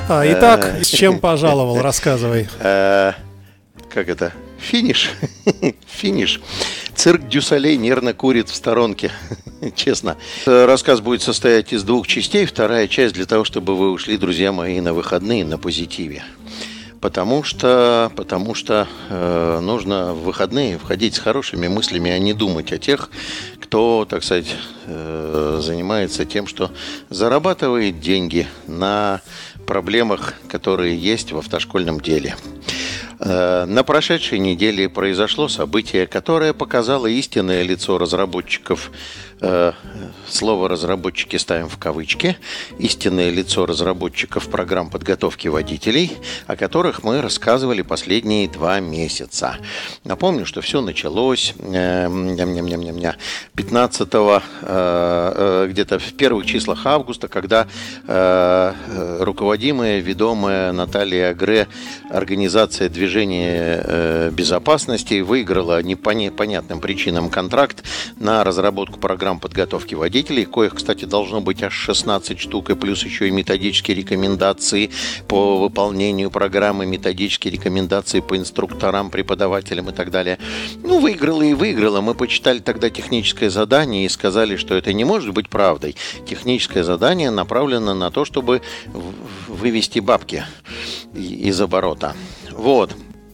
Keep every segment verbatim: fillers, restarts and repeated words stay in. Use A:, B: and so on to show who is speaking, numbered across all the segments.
A: А, итак, с чем пожаловал? Рассказывай.
B: Как это? Финиш. Финиш. Цирк дю Солей нервно курит в сторонке. Честно. Рассказ будет состоять из двух частей. Вторая часть для того, чтобы вы ушли, друзья мои, на выходные на позитиве. Потому что, потому что э, нужно в выходные входить с хорошими мыслями, а не думать о тех, кто, так сказать, э, занимается тем, что зарабатывает деньги на проблемах, которые есть в автошкольном деле. Э, на прошедшей неделе произошло событие, которое показало истинное лицо разработчиков. Э, слово «разработчики» ставим в кавычки. Истинное лицо разработчиков программ подготовки водителей, о которых мы рассказывали последние два месяца. Напомню, что все началось э, пятнадцатого, э, где-то в первых числах августа, когда э, руководимая, ведомая Наталья Агре организация движения э, безопасности выиграла непонятным причинам контракт на разработку программ подготовки водителей, коих, кстати, должно быть аж шестнадцать штук, и плюс еще и методические рекомендации по выполнению программы, методические рекомендации по инструкторам, преподавателям и так далее. Ну, выиграла и выиграла. Мы почитали тогда техническое задание и сказали, что это не может быть правдой. Техническое задание направлено на то, чтобы вывести бабки из оборота. Вот.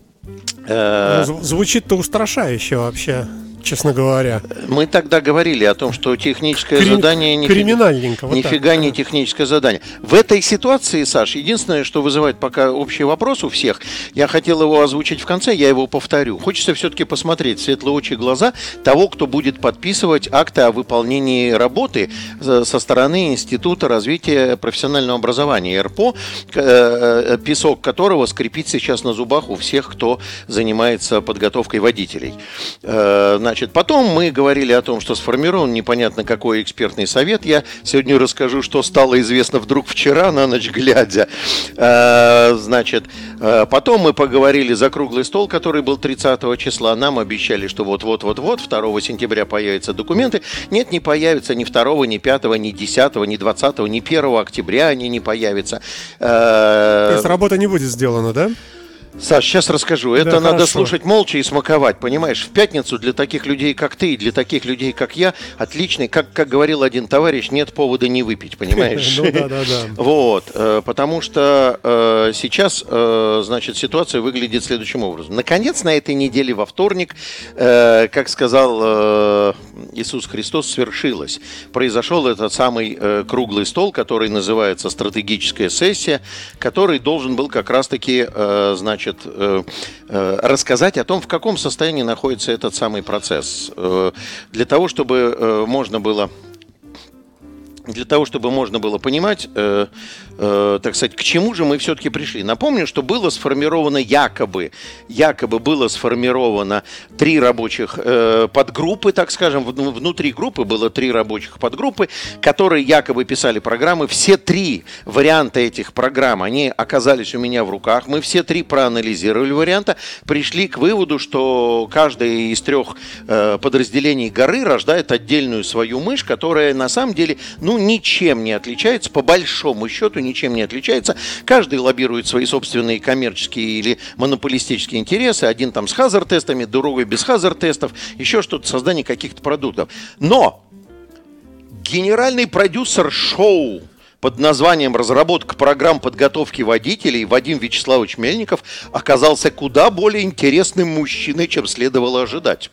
A: Звучит-то устрашающе вообще, честно говоря.
B: Мы тогда говорили о том, что техническое Крим... задание нифига,
A: криминальненько, вот
B: нифига
A: так.
B: не техническое задание. В этой ситуации, Саш, единственное, что вызывает пока общий вопрос у всех, я хотел его озвучить в конце, я его повторю. Хочется все-таки посмотреть в светлоочие глаза того, кто будет подписывать акты о выполнении работы со стороны Института развития профессионального образования эр пэ о, песок которого скрипит сейчас на зубах у всех, кто занимается подготовкой водителей. Значит, потом мы говорили о том, что сформирован непонятно какой экспертный совет. Я сегодня расскажу, что стало известно вдруг вчера, на ночь глядя. Значит, потом мы поговорили за круглый стол, который был тридцатого числа. Нам обещали, что вот-вот-вот-вот, второго сентября появятся документы. Нет, не появятся ни второго, ни пятого, ни десятого, ни двадцатого, ни первого октября они не появятся.
A: То есть работа не будет сделана, да?
B: Саш, сейчас расскажу. Это да, надо хорошо. Слушать молча и смаковать, понимаешь? В пятницу для таких людей, как ты, и для таких людей, как я, отличный, как, как говорил один товарищ, нет повода не выпить, понимаешь?
A: Ну да, да, да.
B: Вот, потому что сейчас, значит, ситуация выглядит следующим образом. Наконец, на этой неделе во вторник, как сказал Иисус Христос, свершилось. Произошел этот самый круглый стол, который называется стратегическая сессия, который должен был как раз-таки, значит, рассказать о том, в каком состоянии находится этот самый процесс. Для того, чтобы можно было Для того, чтобы можно было понимать, э, э, так сказать, к чему же мы все-таки пришли. Напомню, что было сформировано якобы, якобы было сформировано три рабочих э, подгруппы, так скажем, внутри группы было три рабочих подгруппы, которые якобы писали программы. Все три варианта этих программ, они оказались у меня в руках. Мы все три проанализировали варианты, пришли к выводу, что каждое из трех э, подразделений горы рождает отдельную свою мышь, которая на самом деле, ну, ничем не отличается, по большому счету ничем не отличается. Каждый лоббирует свои собственные коммерческие или монополистические интересы. Один там с хазард-тестами, другой без хазард-тестов, еще что-то, создание каких-то продуктов. Но генеральный продюсер шоу под названием «Разработка программ подготовки водителей» Вадим Вячеславович Мельников оказался куда более интересным мужчиной, чем следовало ожидать.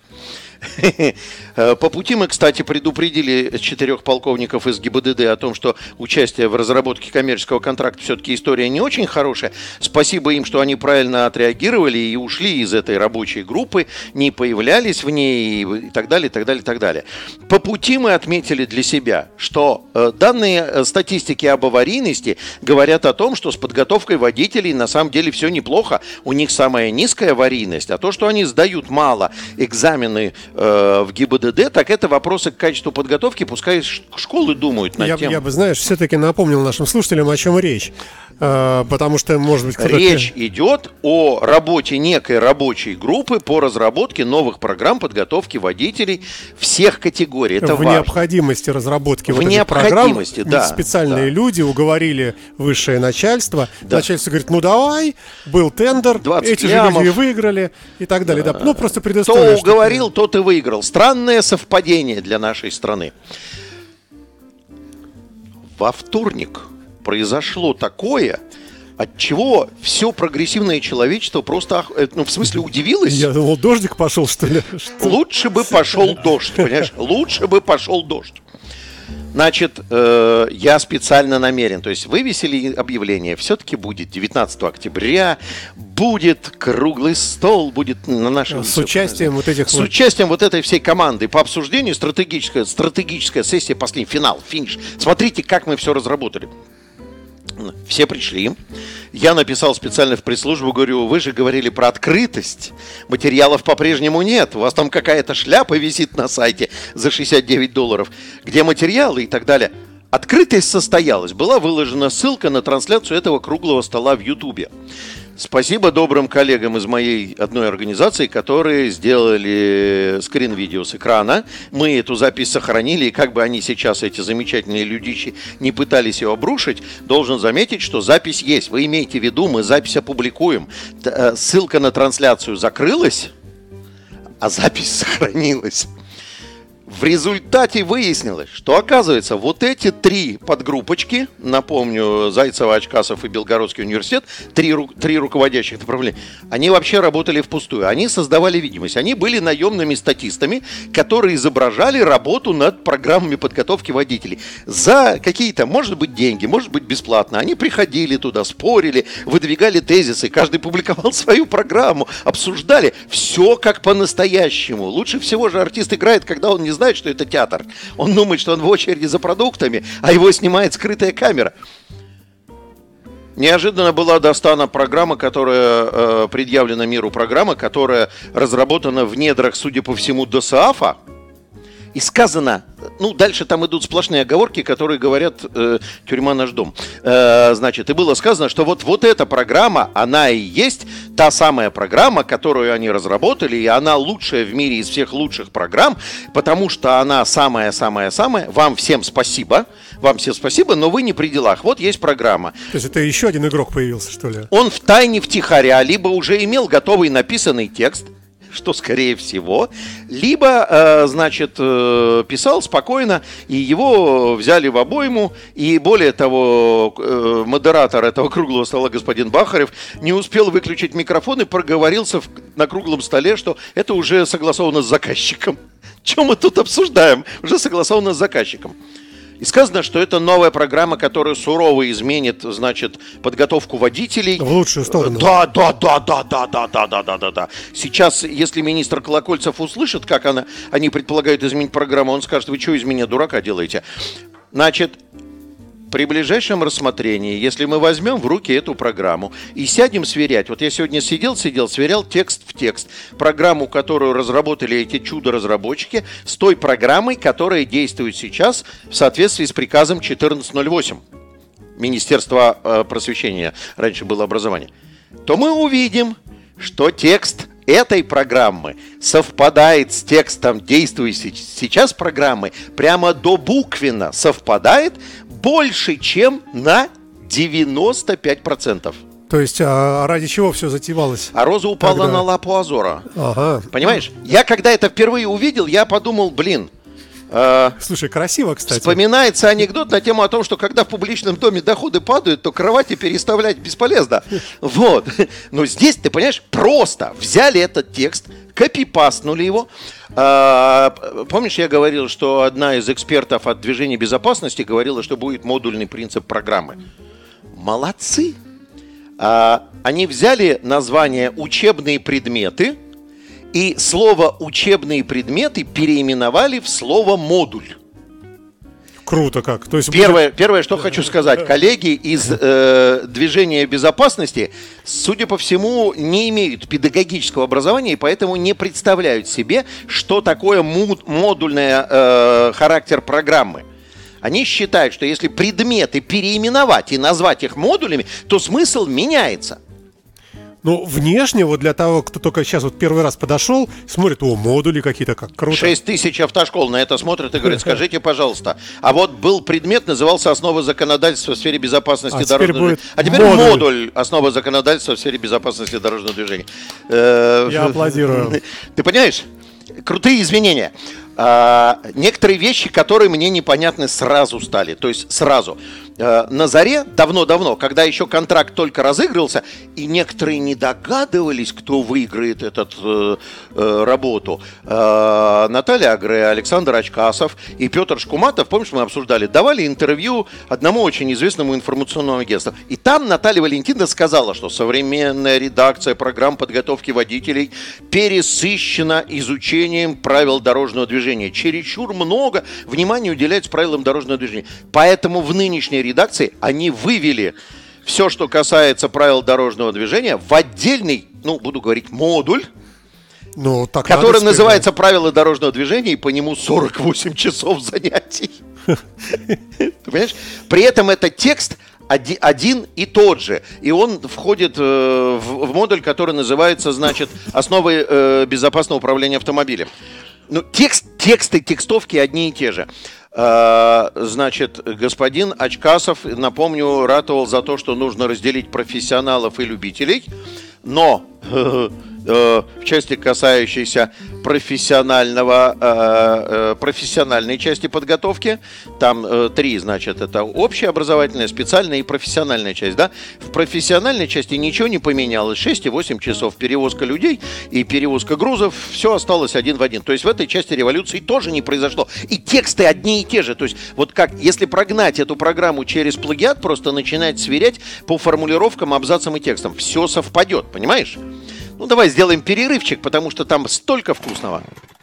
B: По пути мы, кстати, предупредили четырех полковников из гэ бэ дэ дэ о том, что участие в разработке коммерческого контракта все-таки история не очень хорошая. Спасибо им, что они правильно отреагировали и ушли из этой рабочей группы, не появлялись в ней и так далее, и так далее, и так далее. По пути мы отметили для себя, что данные статистики об аварийности говорят о том, что с подготовкой водителей на самом деле все неплохо. У них самая низкая аварийность, а то, что они сдают мало экзамены в гэ бэ дэ дэ, так это вопросы к качеству подготовки, пускай школы думают над
A: я,
B: тем.
A: Я бы, знаешь, все-таки напомнил нашим слушателям, о чем речь. э, потому что, может быть, кто-то...
B: Речь идет о работе некой рабочей группы по разработке новых программ подготовки водителей всех категорий. Это
A: в
B: важно.
A: необходимости разработки
B: в
A: вот
B: необходимости,
A: этих программ
B: да,
A: специальные
B: да.
A: люди уговорили высшее начальство.
B: Да.
A: Начальство говорит, ну давай, был тендер, эти
B: лямов.
A: же люди выиграли и так далее. Да. Ну, просто
B: Кто
A: предыстория.
B: уговорил, тот и выиграл. Странное совпадение для нашей страны. Во вторник произошло такое, от чего все прогрессивное человечество просто, ну, в смысле, удивилось.
A: Я думал, дождик пошел, что ли? Что?
B: Лучше бы пошел дождь, понимаешь? Лучше бы пошел дождь. Значит, э, я специально намерен, то есть вывесили объявление, все-таки будет девятнадцатого октября, будет круглый стол, будет на нашем...
A: С участием вот этих...
B: С участием вот этой всей команды по обсуждению стратегическая, стратегическая сессия, последний финал, финиш. Смотрите, как мы все разработали. Все пришли. Я написал специально в пресс-службу, говорю, вы же говорили про открытость. Материалов по-прежнему нет. У вас там какая-то шляпа висит на сайте за шестьдесят девять долларов. Где материалы и так далее. Открытость состоялась. Была выложена ссылка на трансляцию этого круглого стола в Ютубе. Спасибо добрым коллегам из моей одной организации, которые сделали скрин-видео с экрана. Мы эту запись сохранили, и как бы они сейчас, эти замечательные людичи, не пытались ее обрушить, должен заметить, что запись есть. Вы имеете в виду, мы запись опубликуем. Ссылка на трансляцию закрылась, а запись сохранилась. В результате выяснилось, что, оказывается, вот эти три подгруппочки, напомню, Зайцева, Очкасов и Белгородский университет, три, ру- три руководящих направления, они вообще работали впустую. Они создавали видимость. Они были наемными статистами, которые изображали работу над программами подготовки водителей. За какие-то, может быть, деньги, может быть, бесплатно. Они приходили туда, спорили, выдвигали тезисы, каждый публиковал свою программу, обсуждали. Все как по-настоящему. Лучше всего же артист играет, когда он не знает, что это театр. Он думает, что он в очереди за продуктами, а его снимает скрытая камера. Неожиданно была достана программа, которая э, предъявлена миру, программа, которая разработана в недрах, судя по всему, ДОСААФа. И сказано, ну, дальше там идут сплошные оговорки, которые говорят э, «тюрьма наш дом». Э, значит, и было сказано, что вот, вот эта программа, она и есть та самая программа, которую они разработали, и она лучшая в мире из всех лучших программ, потому что она самая-самая-самая. Вам всем спасибо, вам всем спасибо, но вы не при делах. Вот есть программа.
A: То есть это еще один игрок появился, что ли?
B: Он втайне, втихаря, либо уже имел готовый написанный текст, что скорее всего, либо, э, значит, э, писал спокойно, и его взяли в обойму, и более того, э, модератор этого круглого стола, господин Бахарев, не успел выключить микрофон и проговорился в, на круглом столе, что это уже согласовано с заказчиком. Что мы тут обсуждаем? Уже согласовано с заказчиком. И сказано, что это новая программа, которая сурово изменит, значит, подготовку водителей.
A: В лучшую сторону.
B: Да, да, да, да, да, да, да, да, да, да, да. Сейчас, если министр Колокольцев услышит, как она, они предполагают изменить программу, он скажет, вы что из меня дурака делаете? Значит, при ближайшем рассмотрении, если мы возьмем в руки эту программу и сядем сверять, вот я сегодня сидел, сидел, сверял текст в текст, программу, которую разработали эти чудо-разработчики, с той программой, которая действует сейчас в соответствии с приказом четырнадцать ноль восемь Министерства э, просвещения, раньше было образование, то мы увидим, что текст этой программы совпадает с текстом действующей сейчас программы, прямо до буквенно совпадает больше, чем на девяносто пять процентов.
A: То есть, а ради чего все затевалось?
B: А роза упала
A: Тогда...
B: на лапу Азора.
A: Ага.
B: Понимаешь? Я когда это впервые увидел, я подумал, блин... Э,
A: Слушай, красиво, кстати.
B: Вспоминается анекдот на тему о том, что когда в публичном доме доходы падают, то кровати переставлять бесполезно. Вот. Но здесь, ты понимаешь, просто взяли этот текст, копипастнули его. А, помнишь, я говорил, что одна из экспертов от движения безопасности говорила, что будет модульный принцип программы. Молодцы! А, они взяли название «учебные предметы» и слово «учебные предметы» переименовали в слово «модуль».
A: Круто как. То есть
B: Первое, будет... первое, что хочу сказать, коллеги из э, движения безопасности, судя по всему, не имеют педагогического образования и поэтому не представляют себе, что такое модульный э, характер программы. Они считают, что если предметы переименовать и назвать их модулями, то смысл меняется.
A: Ну, внешне, вот для того, кто только сейчас вот первый раз подошел, смотрит, о, модули какие-то, как круто.
B: Шесть тысяч автошкол на это смотрят и говорят, скажите, пожалуйста, а вот был предмет, назывался «Основы законодательства в сфере безопасности
A: а
B: дорожного движения». А теперь модуль. модуль «Основы законодательства в сфере безопасности дорожного движения».
A: Я аплодирую.
B: Ты понимаешь? Крутые изменения. А, некоторые вещи, которые мне непонятны, сразу стали. То есть сразу. А, на заре, давно-давно, когда еще контракт только разыгрывался, и некоторые не догадывались, кто выиграет эту э, э, работу. А, Наталья Агре, Александр Ачкасов и Петр Шкуматов, помнишь, мы обсуждали, давали интервью одному очень известному информационному агентству. И там Наталья Валентиновна сказала, что современная редакция программ подготовки водителей пересыщена изучением правил дорожного движения. Чересчур много внимания уделяется правилам дорожного движения. Поэтому в нынешней редакции они вывели все, что касается правил дорожного движения, в отдельный, ну, буду говорить, модуль,
A: ну, так
B: который называется «Правила дорожного движения», и по нему сорок восемь часов занятий. Ты понимаешь? При этом это текст Один, один и тот же. И он входит э, в, в модуль, который называется, значит, «Основы э, безопасного управления автомобилем». Ну, текст, тексты, текстовки одни и те же. Э, значит, господин Ачкасов, напомню, ратовал за то, что нужно разделить профессионалов и любителей, но э, э, в части, касающейся профессионального, э, э, профессиональной части подготовки, там э, три, значит, это общеобразовательная, специальная и профессиональная часть, да? В профессиональной части ничего не поменялось, шесть и восемь часов перевозка людей и перевозка грузов, все осталось один в один. То есть в этой части революции тоже не произошло. И тексты одни и те же. То есть вот как, если прогнать эту программу через плагиат, просто начинать сверять по формулировкам, абзацам и текстам, все совпадет, понимаешь? Ну, давай сделаем перерывчик, потому что там столько вкусного.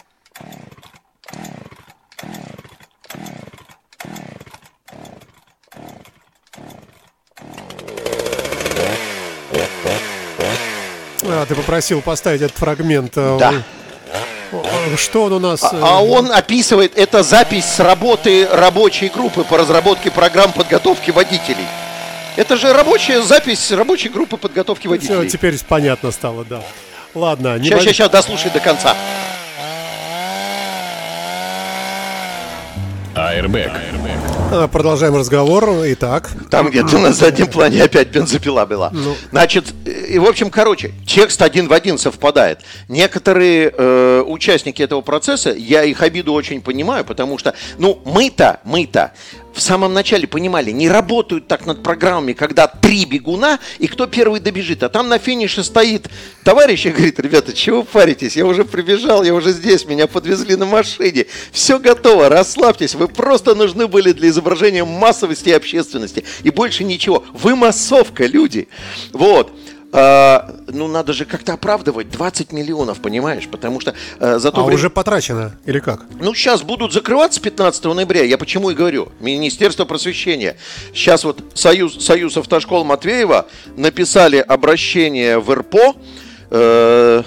A: А, ты попросил поставить этот фрагмент.
B: Да.
A: Что он у нас?
B: А, а он описывает, это запись с работы рабочей группы по разработке программ подготовки водителей. Это же рабочая запись рабочей группы подготовки водителей.
A: Все, теперь понятно стало, да. Ладно.
B: Сейчас, сейчас, сейчас, дослушай до конца.
C: Airbag.
A: Продолжаем разговор. Итак.
B: Там где-то на заднем плане опять бензопила была. Ну. Значит, и в общем, короче, текст один в один совпадает. Некоторые э, участники этого процесса, я их обиду очень понимаю, потому что, ну, мы-то, мы-то в самом начале понимали, не работают так над программами, когда три бегуна, и кто первый добежит. А там на финише стоит товарищ и говорит: ребята, чего паритесь? Я уже прибежал, я уже здесь, меня подвезли на машине. Все готово, расслабьтесь. Вы просто нужны были для изображения массовости и общественности. И больше ничего. Вы массовка, люди. Вот. А, ну, надо же как-то оправдывать двадцать миллионов, понимаешь? Потому что а, за то
A: А
B: время...
A: уже потрачено, или как?
B: Ну, сейчас будут закрываться пятнадцатого ноября. Я почему и говорю. Министерство просвещения. Сейчас вот Союз, Союз автошкол Матвеева написали обращение в эр пэ о. Э,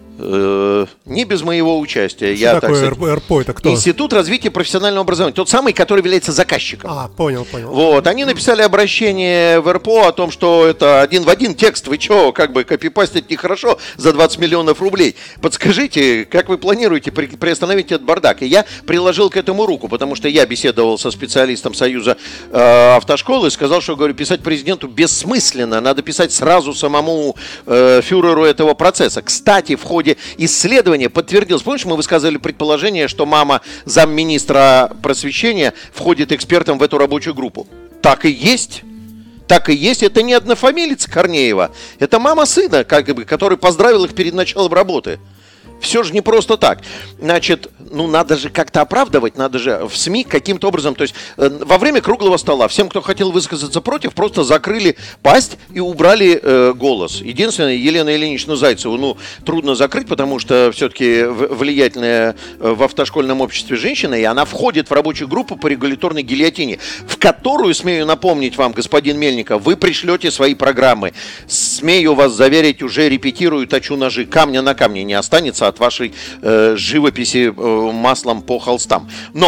B: э, не без моего участия.
A: Что
B: я,
A: такое
B: так сказать,
A: эр пэ о? Это кто?
B: Институт развития профессионального образования. Тот самый, который является заказчиком.
A: А, понял, понял.
B: Вот, они написали обращение в эр пэ о о том, что это один в один текст. Вы что, как бы копипастить нехорошо за двадцать миллионов рублей. Подскажите, как вы планируете при, приостановить этот бардак? И я приложил к этому руку, потому что я беседовал со специалистом Союза э, автошколы и сказал, что, говорю, писать президенту бессмысленно. Надо писать сразу самому э, фюреру этого процесса. Кстати, в ходе исследования подтвердилось, помнишь, мы высказывали предположение, что мама замминистра просвещения входит экспертом в эту рабочую группу. Так и есть. Так и есть. Это не однофамилец Корнеева. Это мама сына, как бы, который поздравил их перед началом работы. Все же не просто так. Значит, ну надо же как-то оправдывать, надо же в СМИ каким-то образом. То есть э, во время круглого стола всем, кто хотел высказаться против, просто закрыли пасть и убрали э, голос. Единственное, Елена Ильиничну Зайцеву, ну, трудно закрыть, потому что все-таки влиятельная в автошкольном обществе женщина, и она входит в рабочую группу по регуляторной гильотине, в которую, смею напомнить вам, господин Мельников, вы пришлете свои программы. Смею вас заверить, уже репетирую, точу ножи. Камня на камне не останется от вашей э, живописи э, маслом по холстам. Но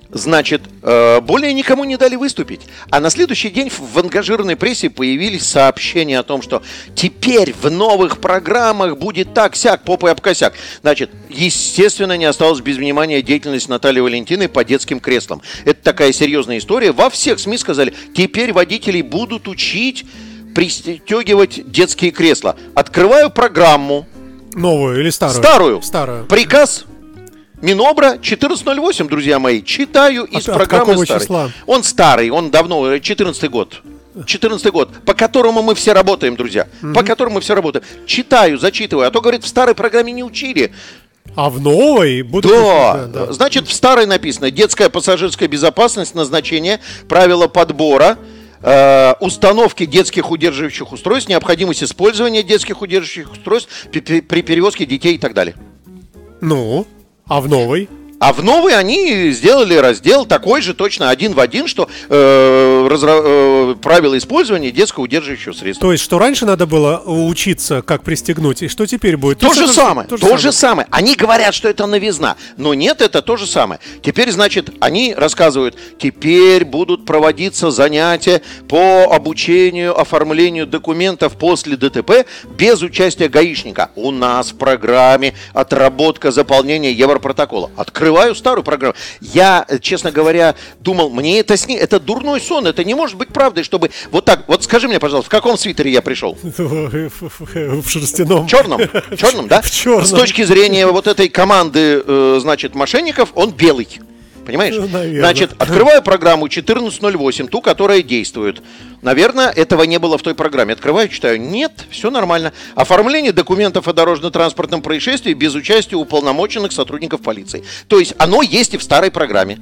B: Значит, более никому не дали выступить. А на следующий день в ангажированной прессе появились сообщения о том, что теперь в новых программах будет так-сяк, попой об косяк. Значит, естественно, не осталось без внимания деятельность Натальи Валентиновны по детским креслам. Это такая серьезная история. Во всех СМИ сказали, теперь водителей будут учить пристегивать детские кресла. Открываю программу.
A: Новую или старую?
B: Старую.
A: Старую.
B: Приказ Минобра четырнадцать ноль восемь, друзья мои. Читаю из
A: от,
B: программы
A: от
B: старой.
A: Числа?
B: Он старый, он давно, четырнадцатый год. четырнадцатый год, по которому мы все работаем, друзья. Угу. По которому мы все работаем. Читаю, зачитываю. А то, говорит, в старой программе не учили.
A: А в новой будут...
B: Да.
A: Да, да.
B: Значит, в старой написано: детская пассажирская безопасность, назначение, правила подбора, э, установки детских удерживающих устройств, необходимость использования детских удерживающих устройств при, при перевозке детей и так далее.
A: Ну, а в новой?
B: А в новой они сделали раздел такой же, точно один в один, что э, разра... э, правила использования детского удерживающего средства.
A: То есть, что раньше надо было учиться, как пристегнуть, и что теперь будет?
B: То, то же самое, то, то же самое. Они говорят, что это новизна, но нет, это то же самое. Теперь, значит, они рассказывают, теперь будут проводиться занятия по обучению, оформлению документов после ДТП без участия гаишника. У нас в программе отработка заполнения Европротокола. Открываю старую программу. Я, честно говоря, думал, мне это сни... это дурной сон, это не может быть правдой, чтобы вот так, вот скажи мне, пожалуйста, в каком свитере я пришел?
A: В шерстяном.
B: Черном? Черном, да?
A: В черном.
B: С точки зрения вот этой команды, э, значит, мошенников, он белый. Понимаешь?
A: Наверное.
B: Значит, открываю программу четырнадцать ноль восемь, ту, которая действует. Наверное, этого не было в той программе. Открываю, читаю. Нет, все нормально. Оформление документов о дорожно-транспортном происшествии без участия уполномоченных сотрудников полиции. То есть оно есть и в старой программе.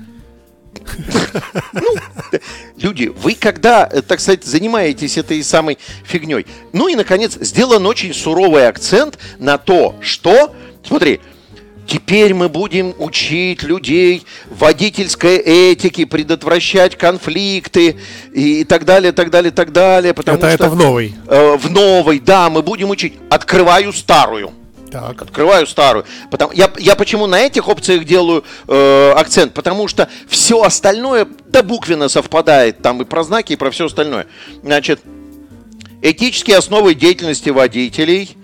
B: Люди, вы когда, так сказать, занимаетесь этой самой фигней? Ну и, наконец, сделан очень суровый акцент на то, что... Смотри, теперь мы будем учить людей водительской этике, предотвращать конфликты и так далее, так далее, так далее. Потому
A: это,
B: что,
A: это в новой?
B: Э, в новой, да, мы будем учить. Открываю старую.
A: Так.
B: Открываю старую. Потому, я, я почему на этих опциях делаю э, акцент? Потому что все остальное да буквенно совпадает. Там и про знаки, и про все остальное. Значит, этические основы деятельности водителей.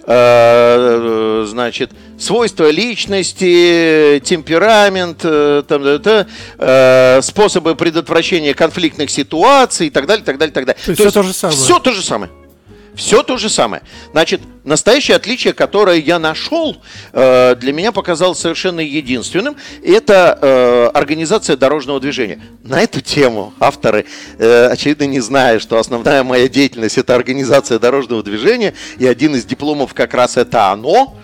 B: Значит, свойства личности, темперамент, там, способы предотвращения конфликтных ситуаций и так далее, так далее, так далее.
A: То есть, то все есть то же самое.
B: Все то же самое. Все то же самое. Значит, настоящее отличие, которое я нашел, э, для меня показалось совершенно единственным, это э, организация дорожного движения. На эту тему авторы, э, очевидно, не зная, что основная моя деятельность – это организация дорожного движения, и один из дипломов как раз это оно.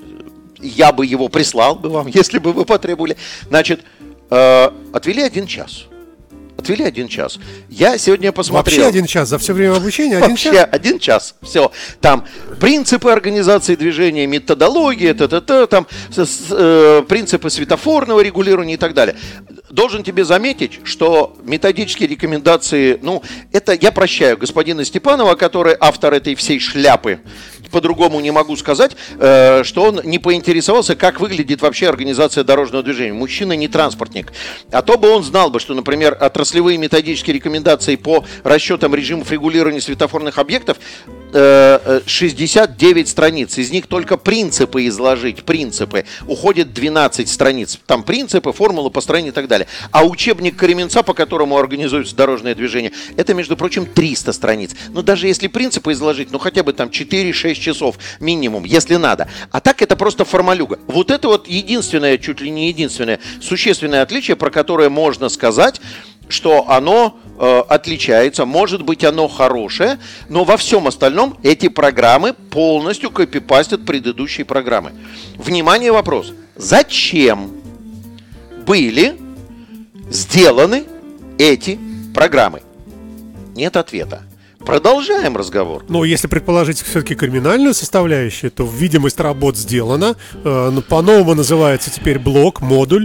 B: Я бы его прислал бы вам, если бы вы потребовали. Значит, э, отвели один час. Отвели один час. Я сегодня посмотрел.
A: Вообще один час? За все время обучения один
B: Вообще
A: час?
B: один час. Все. Там принципы организации движения, методология, т-т-т, там с, с, э, принципы светофорного регулирования и так далее. Должен тебе заметить, что методические рекомендации, ну, это я прощаю господина Степанова, который автор этой всей шляпы. По-другому не могу сказать, э, что он не поинтересовался, как выглядит вообще организация дорожного движения. Мужчина не транспортник. А то бы он знал бы, что, например, отраслевые методические рекомендации по расчетам режимов регулирования светофорных объектов э, шестьдесят девять страниц. Из них только принципы изложить, принципы. Уходит двенадцать страниц. Там принципы, формулы построения и так далее. А учебник Кременца, по которому организуется дорожное движение, это, между прочим, триста страниц. Но даже если принципы изложить, ну хотя бы там четыре-шесть часов минимум, если надо. А так это просто формалюга. Вот это вот единственное, чуть ли не единственное существенное отличие, про которое можно сказать, что оно э, отличается, может быть оно хорошее, но во всем остальном эти программы полностью копипастят предыдущие программы. Внимание, вопрос. Зачем были сделаны эти программы? Нет ответа. Продолжаем разговор.
A: Но если предположить все-таки криминальную составляющую, то видимость работ сделана. Э, по-новому называется теперь блок, модуль.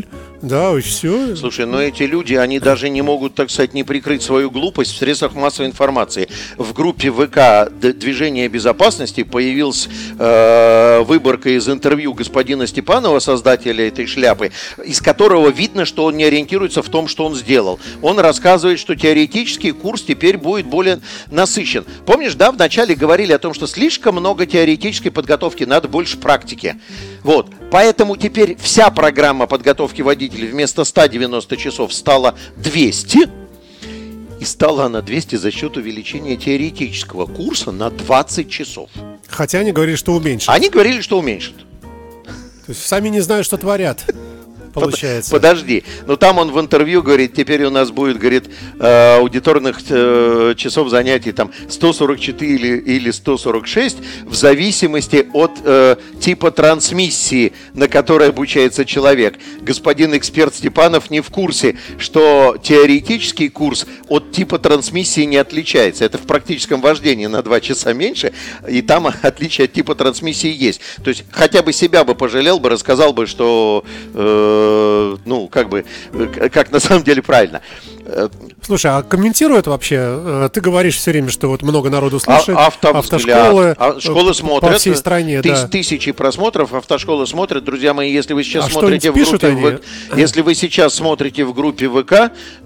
A: Да, и все.
B: Слушай, но эти люди, они даже не могут, так сказать, не прикрыть свою глупость в средствах массовой информации. В группе ВК «Движение безопасности» появилась э, выборка из интервью господина Степанова, создателя этой шляпы, из которого видно, что он не ориентируется в том, что он сделал. Он рассказывает, что теоретический курс теперь будет более насыщен. Помнишь, да, вначале говорили о том, что слишком много теоретической подготовки, надо больше практики. Вот, поэтому теперь вся программа подготовки водителей вместо ста девяноста часов стала двести, и стала она двести за счет увеличения теоретического курса на двадцать часов.
A: Хотя они говорили, что уменьшат.
B: Они говорили, что уменьшат.
A: То есть сами не знают, что творят. Получается.
B: Подожди, но там он в интервью говорит, теперь у нас будет, говорит, э, аудиторных э, часов занятий там сто сорок четыре или сто сорок шесть в зависимости от э, типа трансмиссии, на которой обучается человек. Господин эксперт Степанов не в курсе, что теоретический курс от типа трансмиссии не отличается. Это в практическом вождении на два часа меньше, и там отличие от типа трансмиссии есть. То есть хотя бы себя бы пожалел бы, рассказал бы, что... Э, ну, как бы, как на самом деле правильно.
A: Слушай, а комментируют вообще? Ты говоришь все время, что вот много народу слушает.
B: А, авто,
A: автошколы,
B: а, школы смотрят.
A: По всей стране,
B: тыс,
A: да.
B: Тысячи просмотров, автошколы смотрят. Друзья мои, если вы сейчас
A: а
B: смотрите в группе
A: они?
B: ВК, если вы сейчас смотрите в группе ВК,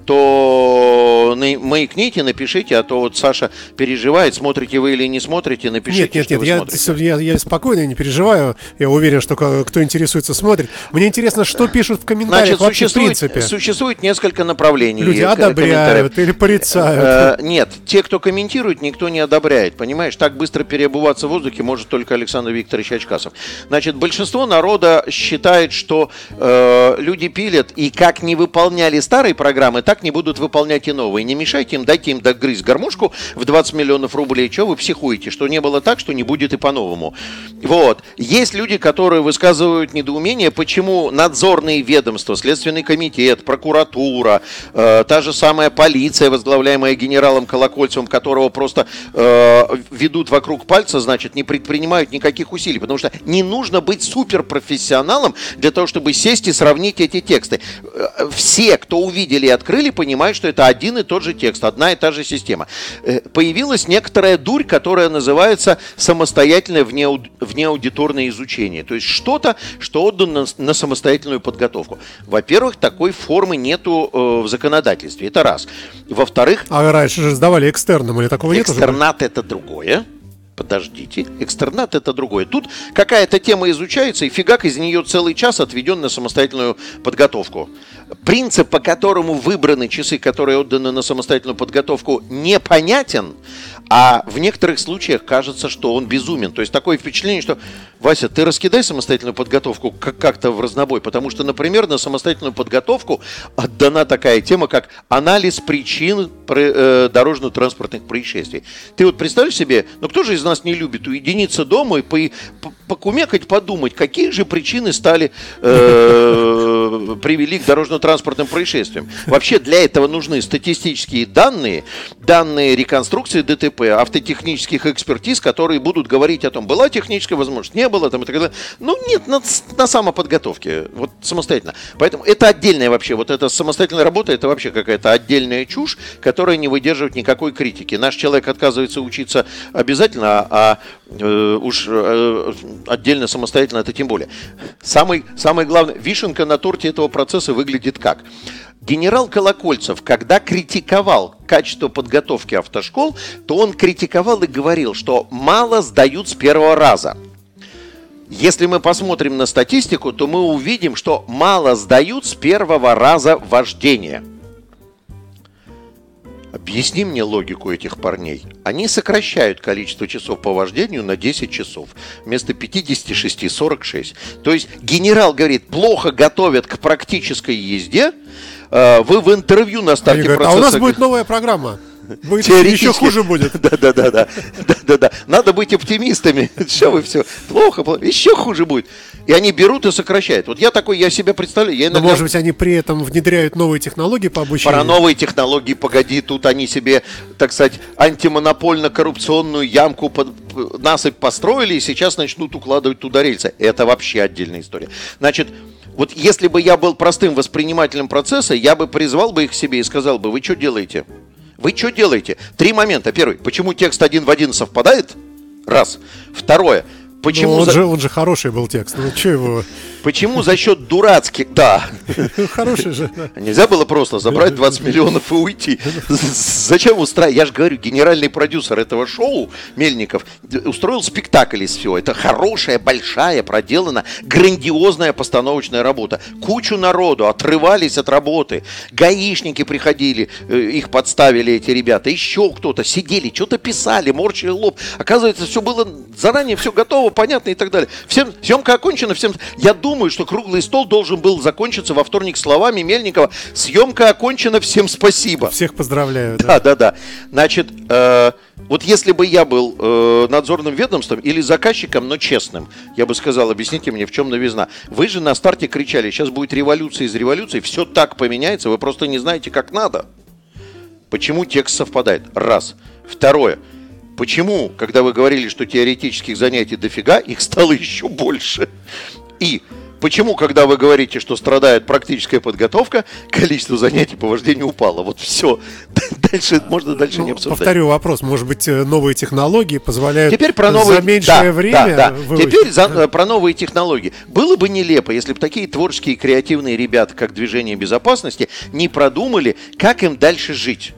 B: то маякните, напишите, а то вот Саша переживает, смотрите вы или не смотрите, напишите,
A: нет, нет,
B: что
A: нет,
B: вы
A: я,
B: смотрите.
A: Я, я спокойно, не переживаю. Я уверен, что кто интересуется, смотрит. Мне интересно, что пишут в комментариях.
B: Значит,
A: вообще,
B: существует,
A: в принципе.
B: Существует несколько направлений.
A: Люди одобряют или порицают.
B: Нет, те, кто комментирует, никто не одобряет. Понимаешь, так быстро переобуваться в воздухе может только Александр Викторович Очкасов. Значит, большинство народа считает, что э, люди пилят, и как не выполняли старые программы, так не будут выполнять и новые. Не мешайте им, дайте им догрызть гармошку в двадцать миллионов рублей. Что вы психуете? Что не было так, что не будет и по-новому. Вот. Есть люди, которые высказывают недоумение, почему надзорные ведомства, Следственный комитет, прокуратура, э, та же самая полиция, возглавляемая генералом Колокольцевым, которого просто э, ведут вокруг пальца, значит, не предпринимают никаких усилий, потому что не нужно быть суперпрофессионалом для того, чтобы сесть и сравнить эти тексты. Все, кто увидели и открыли, понимают, что это один и тот же текст, одна и та же система. Появилась некоторая дурь, которая называется самостоятельное внеаудиторное изучение. То есть что-то, что отдано на самостоятельную подготовку. Во-первых, такой формы нету э, в законодательстве. Это раз. Во-вторых...
A: А раньше же сдавали экстерном, или такого нет?
B: Экстернат это другое. Подождите, экстернат это другое. Тут какая-то тема изучается, и фигак из нее целый час отведен на самостоятельную подготовку. Принцип, по которому выбраны часы, которые отданы на самостоятельную подготовку, непонятен, а в некоторых случаях кажется, что он безумен. То есть такое впечатление, что, Вася, ты раскидай самостоятельную подготовку как-то в разнобой, потому что, например, на самостоятельную подготовку отдана такая тема, как анализ причин дорожно-транспортных происшествий. Ты вот представляешь себе, ну кто же из нас не любит уединиться дома и по, по, покумекать, подумать, какие же причины стали, э, привели к дорожно-транспортным происшествиям. Вообще для этого нужны статистические данные, данные реконструкции ДТП, автотехнических экспертиз, которые будут говорить о том, была техническая возможность, не было, там, и так далее. Ну нет, на, на самоподготовке, вот самостоятельно. Поэтому это отдельная вообще, вот эта самостоятельная работа, это вообще какая-то отдельная чушь, которая не выдерживает никакой критики. Наш человек отказывается учиться обязательно, а э, уж э, отдельно самостоятельно это тем более. Самый, самое главное, вишенка на торте этого процесса выглядит как? Генерал Колокольцев, когда критиковал качество подготовки автошкол, то он критиковал и говорил, что мало сдают с первого раза. Если мы посмотрим на статистику, то мы увидим, что мало сдают с первого раза вождения. Объясни мне логику этих парней. Они сокращают количество часов по вождению на десять часов. Вместо пятьдесят шесть – сорок шесть. То есть генерал говорит, плохо готовят к практической езде. Вы в интервью на старте
A: говорят,
B: процесса...
A: А у нас будет новая программа. Будет еще хуже будет.
B: Да-да-да. Надо быть оптимистами. Что вы все? Плохо, плохо. Еще хуже будет. И они берут и сокращают. Вот я такой, я себя представляю. Я иногда...
A: Но, может быть, они при этом внедряют новые технологии по обучению?
B: Про новые технологии, погоди, тут они себе, так сказать, антимонопольно-коррупционную ямку, под, насыпь построили, и сейчас начнут укладывать туда рельсы. Это вообще отдельная история. Значит, вот если бы я был простым воспринимателем процесса, я бы призвал бы их к себе и сказал бы: вы что делаете? Вы что делаете? Три момента. Первый, почему текст один в один совпадает? Раз. Второе. Почему
A: он,
B: за...
A: же, он же хороший был текст. Ну, что его...
B: Почему за счет дурацких... Да.
A: Хороший же.
B: Нельзя было просто забрать двадцать миллионов и уйти. Зачем устраивать? Я же говорю, генеральный продюсер этого шоу, Мельников, устроил спектакль из всего. Это хорошая, большая, проделана, грандиозная постановочная работа. Кучу народу отрывались от работы. Гаишники приходили, их подставили эти ребята. Еще кто-то сидели, что-то писали, морщили лоб. Оказывается, все было заранее, все готово, понятно и так далее. Всем, съемка окончена, всем... Я думаю, что круглый стол должен был закончиться во вторник словами Мельникова: съемка окончена, всем спасибо.
A: Всех поздравляю.
B: Да, да, да. да. Значит, э, вот если бы я был э, надзорным ведомством или заказчиком, но честным, я бы сказал: объясните мне, в чем новизна. Вы же на старте кричали: сейчас будет революция из революции, все так поменяется, вы просто не знаете, как надо. Почему текст совпадает? Раз. Второе. Почему, когда вы говорили, что теоретических занятий дофига, их стало еще больше? И почему, когда вы говорите, что страдает практическая подготовка, количество занятий по вождению упало? Вот все. Дальше можно дальше
A: ну,
B: не обсуждать.
A: Повторю вопрос. Может быть, новые технологии позволяют
B: Теперь про новые...
A: за меньшее
B: да,
A: время...
B: Да, да. Теперь за... про новые технологии. Было бы нелепо, если бы такие творческие и креативные ребята, как Движение безопасности, не продумали, как им дальше жить.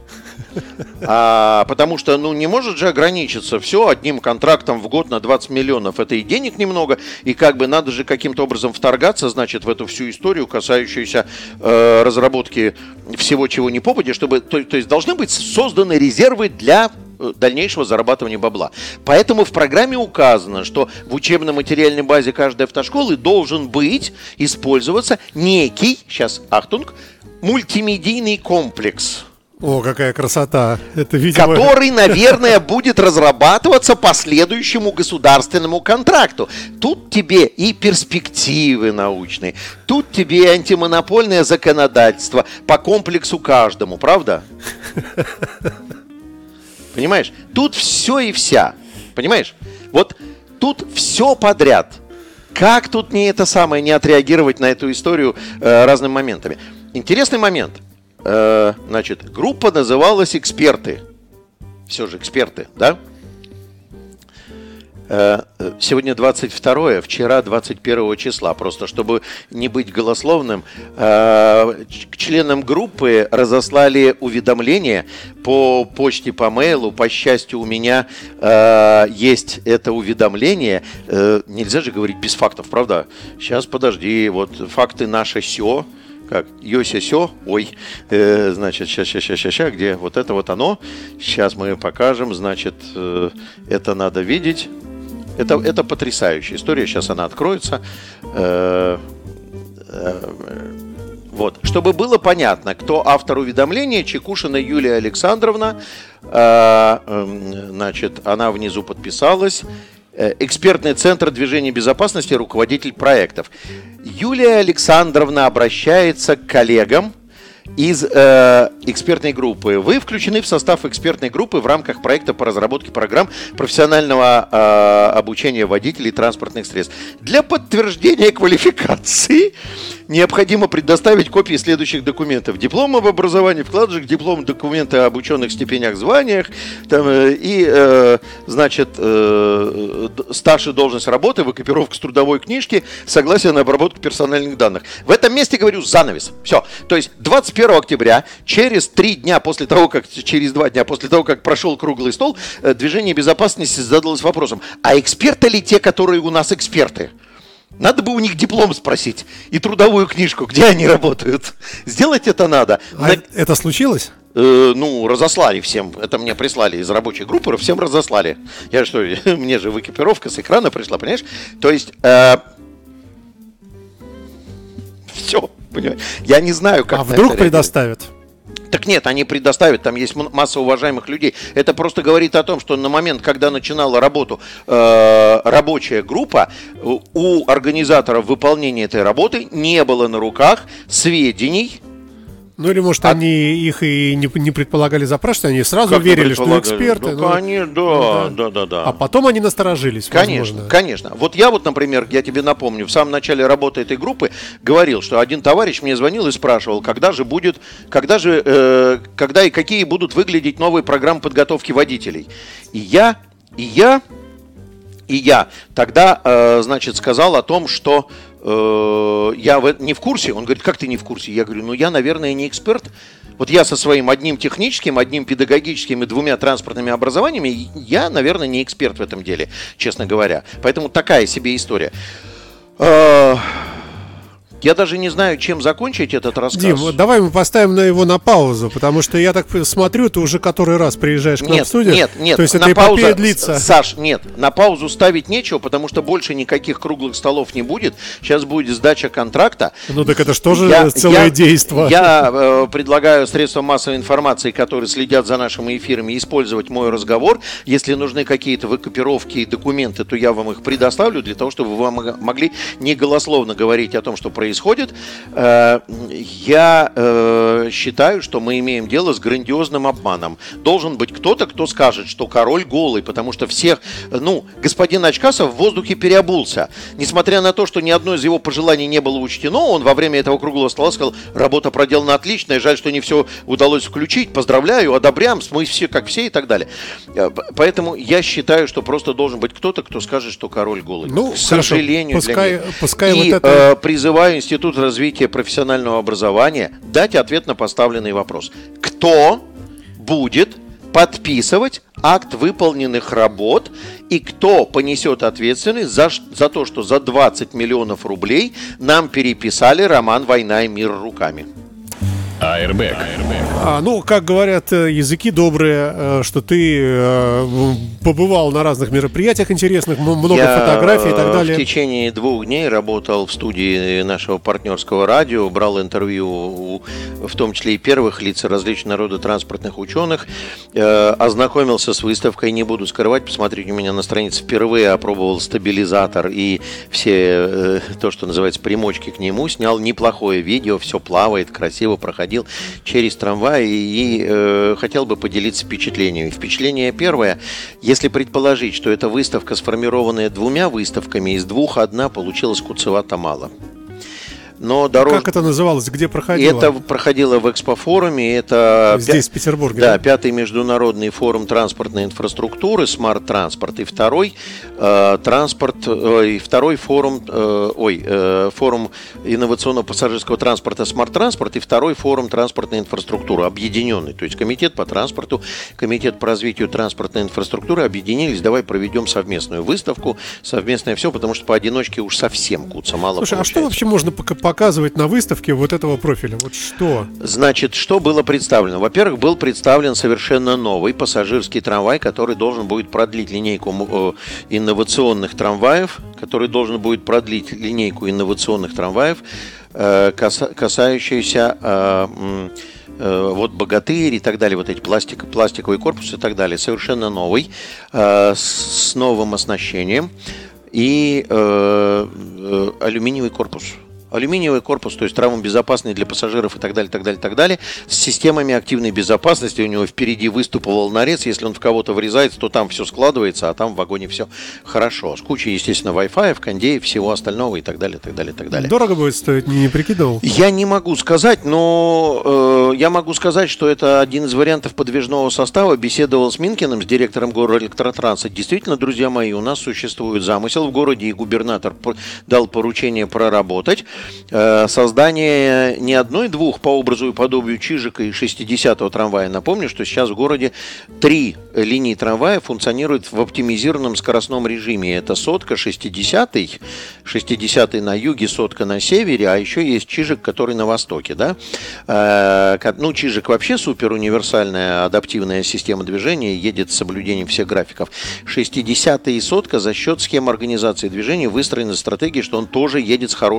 B: А, потому что, ну, не может же ограничиться все одним контрактом в год на двадцать миллионов. Это и денег немного, и как бы надо же каким-то образом вторгаться, значит, в эту всю историю, касающуюся э, разработки всего, чего не попадя, чтобы, то, то есть должны быть созданы резервы для дальнейшего зарабатывания бабла. Поэтому в программе указано, что в учебно-материальной базе каждой автошколы должен быть, использоваться некий, сейчас, ахтунг, мультимедийный комплекс.
A: О, какая красота. Это, видимо...
B: Который, наверное, будет разрабатываться по следующему государственному контракту. Тут тебе и перспективы научные, тут тебе и антимонопольное законодательство по комплексу каждому, правда? Понимаешь? Тут все и вся. Понимаешь? Вот тут все подряд. Как тут не это самое, не отреагировать на эту историю э, разными моментами? Интересный момент. Значит, группа называлась «Эксперты». Все же эксперты, да? Сегодня двадцать второе, вчера двадцать первого числа. Просто чтобы не быть голословным, к членам группы разослали уведомления по почте, по мейлу. По счастью, у меня есть это уведомление. Нельзя же говорить без фактов, правда? Сейчас, подожди, вот факты наше сё. Как? Йося-сё, ой, э, значит, сейчас, сейчас, сейчас, сейчас, где вот это вот оно, сейчас мы покажем, значит, э, это надо видеть, это, это потрясающая история, сейчас она откроется, э, э, вот, чтобы было понятно, кто автор уведомления: Чекушина Юлия Александровна, э, э, значит, она внизу подписалась. Экспертный центр движения безопасности, руководитель проектов. Юлия Александровна обращается к коллегам из э, экспертной группы. Вы включены в состав экспертной группы в рамках проекта по разработке программ профессионального э, обучения водителей транспортных средств. Для подтверждения квалификации необходимо предоставить копии следующих документов: диплом об образовании, вкладыш, диплом, документы об ученых степенях, званиях, там, э, и, э, значит, э, стаж и должность работы, выкопировка с трудовой книжки, согласие на обработку персональных данных. В этом месте, говорю, занавес. Все. То есть двадцать первого октября, через три дня после того, как, через два дня после того, как прошел круглый стол, э, Движение безопасности задалось вопросом: а эксперты ли те, которые у нас эксперты? Надо бы у них диплом спросить и трудовую книжку, где они работают. Сделать это надо.
A: А На... это случилось?
B: Э, ну, разослали всем. Это мне прислали из рабочей группы, всем разослали. Я что, мне же выкипировка с экрана пришла, понимаешь? То есть... Э... Все, понимаешь? Я не знаю, как...
A: А вдруг предоставят?
B: Так нет, они предоставят, там есть масса уважаемых людей. Это просто говорит о том, что на момент, когда начинала работу э, рабочая группа, у организаторов выполнения этой работы не было на руках сведений.
A: Ну или, может, а... они их и не, не предполагали запрашивать, они сразу как верили, что эксперты.
B: Ну,
A: ну,
B: они, да,
A: ну,
B: да, да, да, да.
A: А потом они насторожились,
B: конечно,
A: возможно.
B: Конечно. Вот я вот, например, я тебе напомню, в самом начале работы этой группы говорил, что один товарищ мне звонил и спрашивал, когда же будет, когда же, э, когда и какие будут выглядеть новые программы подготовки водителей. И я, и я, и я тогда, э, значит, сказал о том, что я не в курсе. Он говорит, как ты не в курсе? Я говорю, ну я, наверное, не эксперт. Вот я со своим одним техническим, одним педагогическим и двумя транспортными образованиями, я, наверное, не эксперт в этом деле, честно говоря. Поэтому такая себе история. Я даже не знаю, чем закончить этот рассказ.
A: Дим, давай мы поставим на его на паузу, потому что я так смотрю, ты уже который раз приезжаешь к нам
B: нет,
A: в студию.
B: Нет, нет,
A: то есть
B: на
A: эта
B: паузу,
A: эпопея длится.
B: Саш, нет, на паузу ставить нечего, потому что больше никаких круглых столов не будет. Сейчас будет сдача контракта.
A: Ну так это же тоже
B: я,
A: целое
B: я,
A: действо.
B: Я э, предлагаю средствам массовой информации, которые следят за нашими эфирами, использовать мой разговор. Если нужны какие-то выкопировки и документы, то я вам их предоставлю для того, чтобы вы могли не голословно говорить о том, что происходит. Я э, считаю, что мы имеем дело с грандиозным обманом. Должен быть кто-то, кто скажет, что король голый, потому что всех, ну, господин Очкасов в воздухе переобулся. Несмотря на то, что ни одно из его пожеланий не было учтено, он во время этого круглого стола сказал, работа проделана отличная, жаль, что не все удалось включить, поздравляю, одобряем, мы все как все и так далее. Поэтому я считаю, что просто должен быть кто-то, кто скажет, что король голый.
A: Ну,
B: к сожалению,
A: пускай,
B: для меня.
A: Пускай
B: и
A: вот это...
B: э, призываю Институт развития профессионального образования дать ответ на поставленный вопрос. Кто будет подписывать акт выполненных работ и кто понесет ответственность за, за то, что за двадцать миллионов рублей нам переписали роман «Война и мир» руками?
C: Airbag.
A: А, ну, как говорят языки добрые, что ты э, побывал на разных мероприятиях интересных, много
B: Я
A: фотографий и так далее.
B: В течение двух дней работал в студии нашего партнерского радио, брал интервью, у, в том числе и первых лиц различных народотранспортных ученых, э, ознакомился с выставкой, не буду скрывать, посмотрите, у меня на странице впервые опробовал стабилизатор и все э, то, что называется примочки к нему, снял неплохое видео, все плавает, красиво проходит через трамвай и, и э, хотел бы поделиться впечатлениями. Впечатление первое. Если предположить, что эта выставка, сформированная двумя выставками, из двух одна получилась куцевато мало. Но дорож...
A: Как это называлось? Где проходило?
B: Это проходило в экспофоруме. Это
A: здесь, в Петербурге.
B: Да, пятый международный форум транспортной инфраструктуры, смарт-транспорт. И второй э, транспорт, э, и второй форум, э, ой, э, форум инновационного пассажирского транспорта, смарт-транспорт. И второй форум транспортной инфраструктуры, объединенный. То есть комитет по транспорту, комитет по развитию транспортной инфраструктуры объединились. Давай проведем совместную выставку, совместное все, потому что поодиночке уж совсем куца мало.
A: Слушай,
B: получается.
A: А что вообще можно показать? показывать на выставке вот этого профиля? Вот что?
B: Значит, что было представлено? Во-первых, был представлен совершенно новый пассажирский трамвай, который должен будет продлить линейку инновационных трамваев, который должен будет продлить линейку инновационных трамваев, касающуюся вот «Богатырь» и так далее, вот эти пластик, пластиковый корпус и так далее, совершенно новый, с новым оснащением и алюминиевый корпус. Алюминиевый корпус, то есть травмобезопасный для пассажиров и так далее, так далее, так далее, с системами активной безопасности. У него впереди выступа волнорез, если он в кого-то врезается, то там все складывается, а там в вагоне все хорошо. С кучей, естественно, Wi-Fi, кондеев, всего остального и так далее, так далее, так далее.
A: Дорого будет стоить, не, не прикидывал?
B: Я не могу сказать, но э, я могу сказать, что это один из вариантов подвижного состава. Беседовал с Минкиным, с директором Горэлектротранса. Действительно, друзья мои, у нас существует замысел в городе, и губернатор дал поручение проработать создание не одной-двух по образу и подобию Чижика и шестидесятого трамвая. Напомню, что сейчас в городе три линии трамвая функционируют в оптимизированном скоростном режиме. Это сотка, шестидесятый, шестидесятый на юге, сотка на севере, а еще есть Чижик, который на востоке. Да? Ну, Чижик вообще супер универсальная адаптивная система движения, едет с соблюдением всех графиков. шестидесятый и сотка за счет схем организации движения выстроена стратегия, что он тоже едет с хорошей средней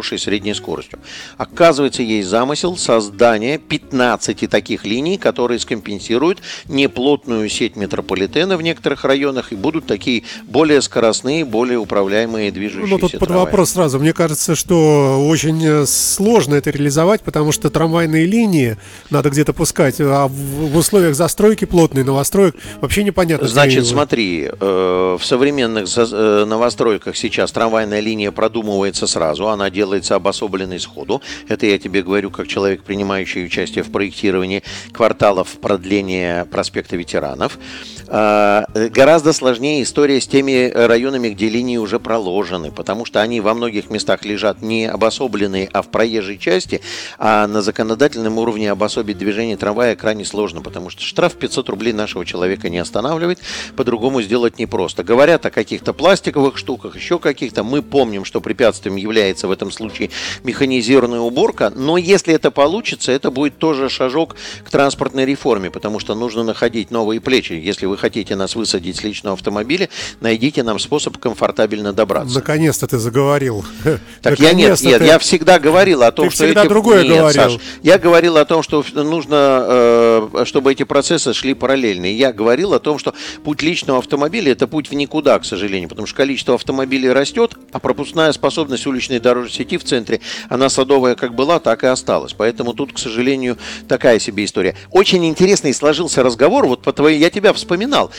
B: средней скоростью. Оказывается, есть замысел создания пятнадцати таких линий, которые скомпенсируют неплотную сеть метрополитена в некоторых районах и будут такие более скоростные, более управляемые движущиеся
A: Ну, тут под
B: трамваи.
A: вопрос сразу. Мне кажется, что очень сложно это реализовать, потому что трамвайные линии надо где-то пускать, а в, в условиях застройки плотной новостроек вообще непонятно.
B: Значит, смотри, э, в современных за, э, новостройках сейчас трамвайная линия продумывается сразу, она делается обособленной сходу. Это я тебе говорю как человек, принимающий участие в проектировании кварталов продления проспекта Ветеранов. Э, гораздо сложнее история с теми районами, где линии уже проложены, потому что они во многих местах лежат не обособленные, а в проезжей части, а на законодательном уровне обособить движение трамвая крайне сложно, потому что штраф пятьсот рублей нашего человека не останавливает, по-другому сделать непросто. Говорят о каких-то пластиковых штуках, еще каких-то. Мы помним, что препятствием является в этом случае механизированная уборка, но если это получится, это будет тоже шажок к транспортной реформе, потому что нужно находить новые плечи. Если вы хотите нас высадить с личного автомобиля, найдите нам способ комфортабельно добраться.
A: Наконец-то ты заговорил.
B: Так я нет, нет, ты... я всегда говорил о том,
A: ты
B: что
A: всегда
B: эти...
A: другое
B: нет,
A: говорил.
B: Саш, я говорил о том, что нужно, чтобы эти процессы шли параллельно. И я говорил о том, что путь личного автомобиля – это путь в никуда, к сожалению, потому что количество автомобилей растет, а пропускная способность уличной дорожной сети в центре, она садовая как была, так и осталась. Поэтому тут, к сожалению, такая себе история. Очень интересный сложился разговор, вот по твоей, я тебя вспоминал,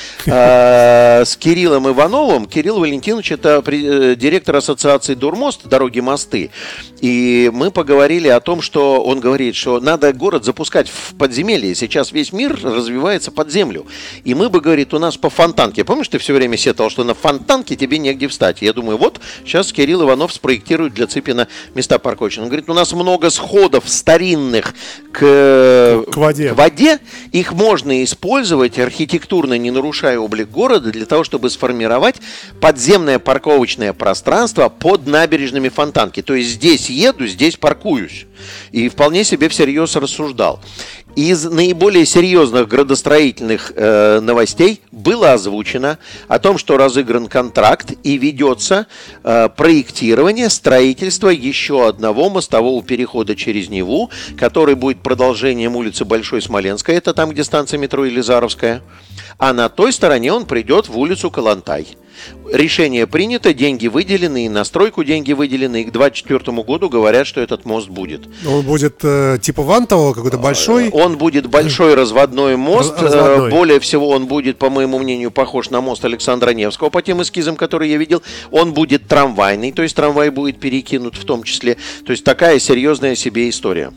B: с Кириллом Ивановым. Кирилл Валентинович – это директор ассоциации Дурмост, дороги, мосты. И мы поговорили о том, что он говорит, что надо город запускать в подземелье. Сейчас весь мир развивается под землю. И мы бы, говорит, у нас по Фонтанке. Помнишь, ты все время сетовал, что на Фонтанке тебе негде встать? Я думаю, вот сейчас Кирилл Иванов спроектирует для Цыпина места парковочные. Он говорит, у нас много сходов старинных к,
A: к, воде.
B: к воде. Их можно использовать архитектурно, не нарушая облик города, для того, чтобы сформировать подземное парковочное пространство под набережными Фонтанки. То есть здесь еду, здесь паркуюсь. И вполне себе всерьез рассуждал. Из наиболее серьезных градостроительных э, новостей было озвучено о том, что разыгран контракт и ведется э, проектирование строительства еще одного мостового перехода через Неву, который будет продолжением улицы Большой Смоленской, это там, где станция метро Елизаровская, а на той стороне он придет в улицу Калантай. Решение принято, деньги выделены, и на стройку деньги выделены, и к двадцать четвёртому году говорят, что этот мост будет.
A: Он будет э, типа вантового, какой-то большой?
B: Он будет большой разводной мост. Разводной. Более всего, он будет, по моему мнению, похож на мост Александра Невского, по тем эскизам, которые я видел. Он будет трамвайный, то есть трамвай будет перекинут в том числе. То есть такая серьезная себе история.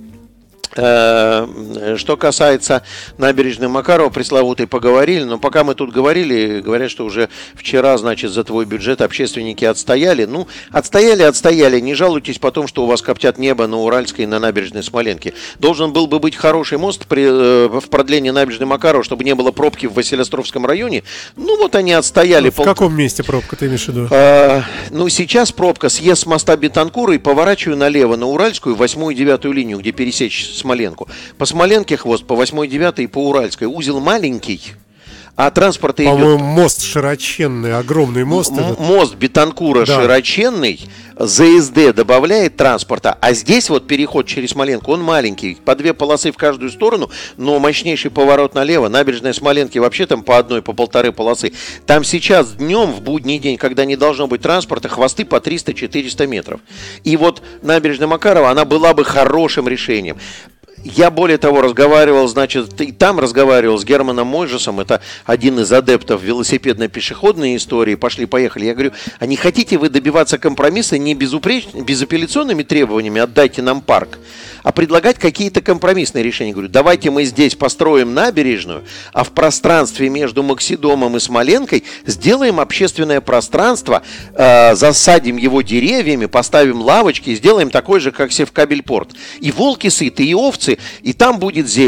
B: Что касается набережной Макарова, пресловутой поговорили, но пока мы тут говорили, говорят, что уже вчера, значит, за твой бюджет общественники отстояли. Ну, отстояли, отстояли, не жалуйтесь потом, что у вас коптят небо на Уральской и на набережной Смоленки. Должен был бы быть хороший мост при, э, в продлении набережной Макарова, чтобы не было пробки в Василеостровском районе. Ну, вот они отстояли.
A: Ну, в пол... каком месте пробка, ты имеешь в виду?
B: А, ну, сейчас пробка, съезд с моста Бетанкура и поворачиваю налево на Уральскую, восьмую и девятую линию, где пересечь Смоленку. По Смоленке хвост, по восьмой, девятой и по Уральской. Узел маленький, а транспорта идет...
A: По-моему, мост широченный, огромный мост.
B: М- мост Бетанкура
A: да.
B: широченный, ЗСД добавляет транспорта, а здесь вот переход через Смоленку, он маленький, по две полосы в каждую сторону, но мощнейший поворот налево. Набережная Смоленки вообще там по одной, по полторы полосы. Там сейчас днем, в будний день, когда не должно быть транспорта, хвосты по триста-четыреста метров. И вот набережная Макарова, она была бы хорошим решением. Я, более того, разговаривал, значит, и там разговаривал с Германом Мойжесом, это один из адептов велосипедно-пешеходной истории, пошли-поехали. Я говорю, а не хотите вы добиваться компромисса не безупреч... безапелляционными требованиями, отдайте нам парк, а предлагать какие-то компромиссные решения? Говорю, давайте мы здесь построим набережную, а в пространстве между Максидомом и Смоленкой сделаем общественное пространство, э, засадим его деревьями, поставим лавочки, сделаем такой же, как Севкабельпорт. И волки сыты, и овцы, и там будет зелень.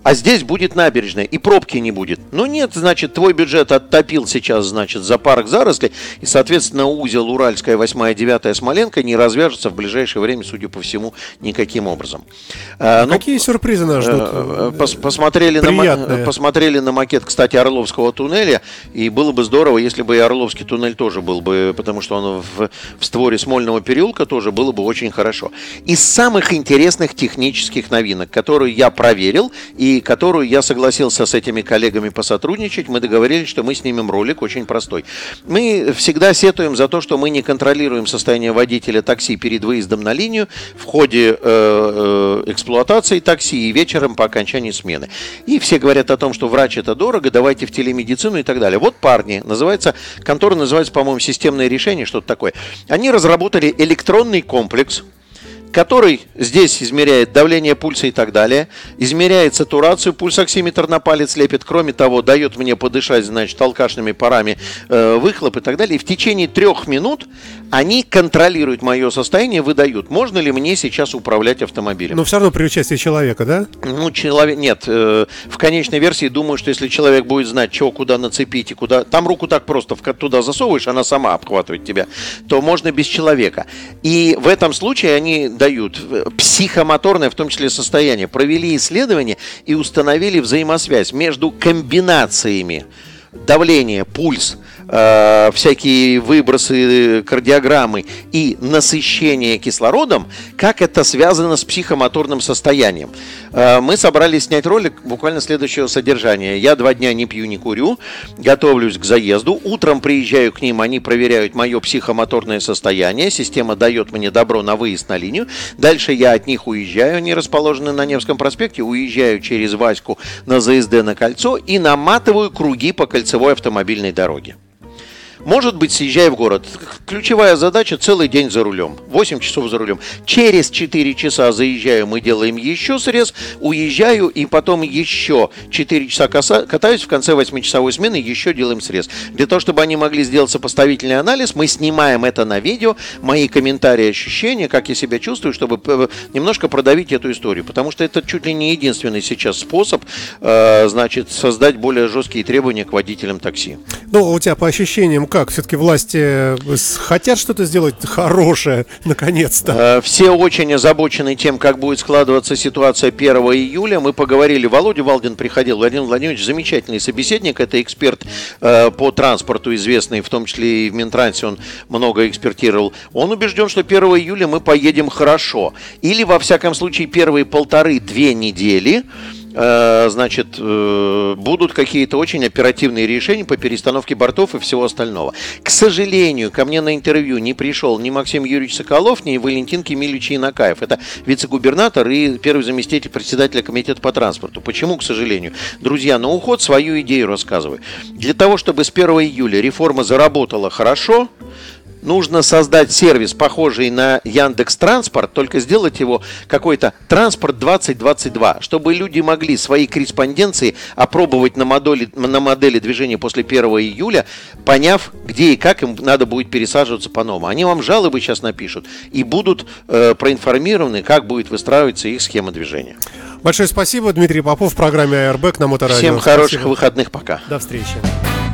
B: а здесь будет набережная, и пробки не будет. Ну нет, значит, твой бюджет оттопил сейчас, значит, за парк зарослей, и, соответственно, узел Уральская, восьмая, девятая, Смоленка не развяжется в ближайшее время, судя по всему, никаким образом.
A: А, ну, какие сюрпризы нас ждут?
B: Пос, посмотрели, на, посмотрели на макет, кстати, Орловского туннеля, и было бы здорово, если бы и Орловский туннель тоже был бы, потому что он в, в створе Смольного переулка тоже было бы очень хорошо. Из самых интересных технических новинок, которые я проверил и которую я согласился с этими коллегами посотрудничать, мы договорились, что мы снимем ролик очень простой. Мы всегда сетуем за то, что мы не контролируем состояние водителя такси перед выездом на линию, в ходе э, э, эксплуатации такси и вечером по окончании смены. И все говорят о том, что врач это дорого, давайте в телемедицину и так далее. Вот парни, называется, контора называется, по-моему, «Системное решение», что-то такое. Они разработали электронный комплекс, который здесь измеряет давление пульса и так далее, измеряет сатурацию, пульсоксиметр на палец лепит, кроме того, дает мне подышать, значит, алкашными парами э, выхлоп и так далее. И в течение трех минут они контролируют мое состояние, выдают, можно ли мне сейчас управлять автомобилем.
A: Но все равно при участии человека, да?
B: Ну, человек, нет, э, в конечной версии думаю, что если человек будет знать, что куда нацепить и куда, там руку так просто туда засовываешь, она сама обхватывает тебя, то можно без человека. И в этом случае они дают психомоторное, в том числе, состояние. Провели исследование и установили взаимосвязь между комбинациями давление, пульс, э, всякие выбросы кардиограммы и насыщение кислородом, как это связано с психомоторным состоянием. Э, мы собрались снять ролик буквально следующего содержания. Я два дня не пью, не курю, готовлюсь к заезду. Утром приезжаю к ним, они проверяют мое психомоторное состояние. Система дает мне добро на выезд на линию. Дальше я от них уезжаю, они расположены на Невском проспекте, уезжаю через Ваську на ЗСД на кольцо и наматываю круги по кольцевой автомобильной дороге. Может быть, съезжая в город. Ключевая задача — целый день за рулем. восемь часов за рулем. Через четыре часа заезжаю, мы делаем еще срез, уезжаю, и потом еще четыре часа катаюсь, в конце восьмичасовой смены еще делаем срез. Для того, чтобы они могли сделать сопоставительный анализ, мы снимаем это на видео, мои комментарии, ощущения, как я себя чувствую, чтобы немножко продавить эту историю. Потому что это чуть ли не единственный сейчас способ, э, значит, создать более жесткие требования к водителям такси.
A: Ну, у тебя по ощущениям как? Все-таки власти хотят что-то сделать хорошее, наконец-то?
B: Все очень озабочены тем, как будет складываться ситуация первого июля. Мы поговорили, Володя Валдин приходил, Владимир Владимирович замечательный собеседник, это эксперт э, по транспорту, известный, в том числе и в Минтрансе он много экспертировал. Он убежден, что первого июля мы поедем хорошо. Или, во всяком случае, первые полторы-две недели значит, будут какие-то очень оперативные решения по перестановке бортов и всего остального. К сожалению, ко мне на интервью не пришел ни Максим Юрьевич Соколов, ни Валентин Кемильевич Инакаев. Это вице-губернатор и первый заместитель председателя комитета по транспорту. Почему, к сожалению? Друзья, на уход свою идею рассказываю. Для того, чтобы с первого июля реформа заработала хорошо, нужно создать сервис, похожий на Яндекс.Транспорт, только сделать его какой-то Транспорт двадцать двадцать два, чтобы люди могли свои корреспонденции опробовать на модели, на модели движения после первого июля, поняв, где и как им надо будет пересаживаться по-новому. Они вам жалобы сейчас напишут и будут э, проинформированы, как будет выстраиваться их схема движения.
A: Большое спасибо. Дмитрий Попов в программе Airbag на Моторадио.
B: Всем хороших спасибо. Выходных. Пока.
A: До встречи.